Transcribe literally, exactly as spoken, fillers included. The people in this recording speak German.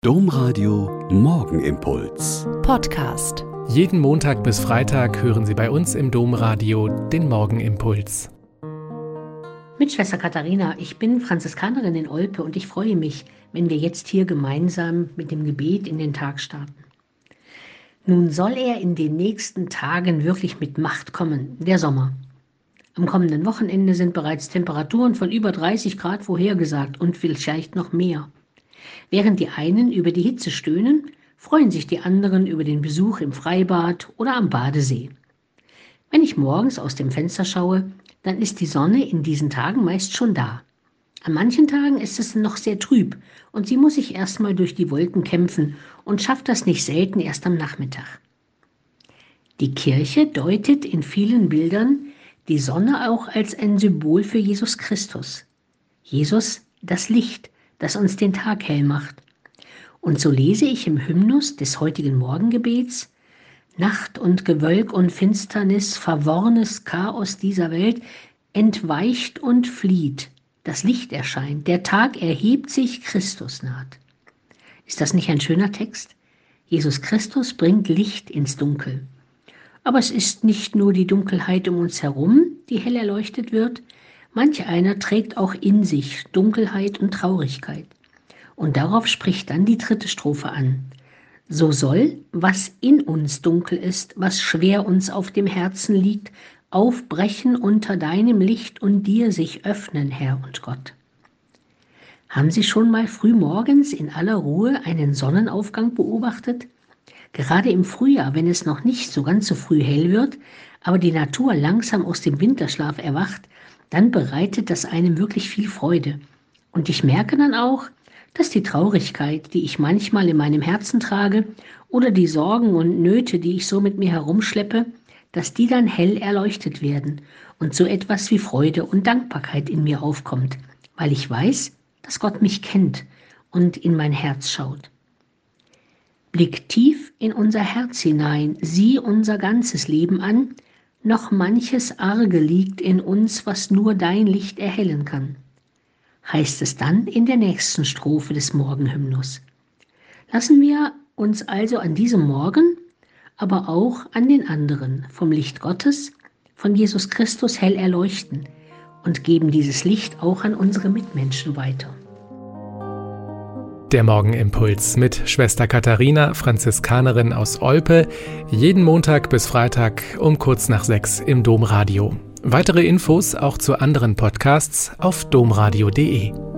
Domradio Morgenimpuls. Podcast. Jeden Montag bis Freitag hören Sie bei uns im Domradio den Morgenimpuls. Mit Schwester Katharina, ich bin Franziskanerin in Olpe und ich freue mich, wenn wir jetzt hier gemeinsam mit dem Gebet in den Tag starten. Nun soll er in den nächsten Tagen wirklich mit Macht kommen, der Sommer. Am kommenden Wochenende sind bereits Temperaturen von über dreißig Grad vorhergesagt und vielleicht noch mehr. Während die einen über die Hitze stöhnen, freuen sich die anderen über den Besuch im Freibad oder am Badesee. Wenn ich morgens aus dem Fenster schaue, dann ist die Sonne in diesen Tagen meist schon da. An manchen Tagen ist es noch sehr trüb und sie muss sich erstmal durch die Wolken kämpfen und schafft das nicht selten erst am Nachmittag. Die Kirche deutet in vielen Bildern die Sonne auch als ein Symbol für Jesus Christus. Jesus, das Licht, das uns den Tag hell macht. Und so lese ich im Hymnus des heutigen Morgengebets: Nacht und Gewölk und Finsternis, verworrenes Chaos dieser Welt, entweicht und flieht. Das Licht erscheint, der Tag erhebt sich, Christus naht. Ist das nicht ein schöner Text? Jesus Christus bringt Licht ins Dunkel. Aber es ist nicht nur die Dunkelheit um uns herum, die hell erleuchtet wird. Manch einer trägt auch in sich Dunkelheit und Traurigkeit. Und darauf spricht dann die dritte Strophe an. So soll, was in uns dunkel ist, was schwer uns auf dem Herzen liegt, aufbrechen unter deinem Licht und dir sich öffnen, Herr und Gott. Haben Sie schon mal frühmorgens in aller Ruhe einen Sonnenaufgang beobachtet? Gerade im Frühjahr, wenn es noch nicht so ganz so früh hell wird, aber die Natur langsam aus dem Winterschlaf erwacht, dann bereitet das einem wirklich viel Freude. Und ich merke dann auch, dass die Traurigkeit, die ich manchmal in meinem Herzen trage, oder die Sorgen und Nöte, die ich so mit mir herumschleppe, dass die dann hell erleuchtet werden und so etwas wie Freude und Dankbarkeit in mir aufkommt, weil ich weiß, dass Gott mich kennt und in mein Herz schaut. Blick tief in unser Herz hinein, sieh unser ganzes Leben an, noch manches Arge liegt in uns, was nur dein Licht erhellen kann, heißt es dann in der nächsten Strophe des Morgenhymnus. Lassen wir uns also an diesem Morgen, aber auch an den anderen vom Licht Gottes, von Jesus Christus hell erleuchten und geben dieses Licht auch an unsere Mitmenschen weiter. Der Morgenimpuls mit Schwester Katharina, Franziskanerin aus Olpe, jeden Montag bis Freitag um kurz nach sechs im Domradio. Weitere Infos auch zu anderen Podcasts auf domradio punkt de.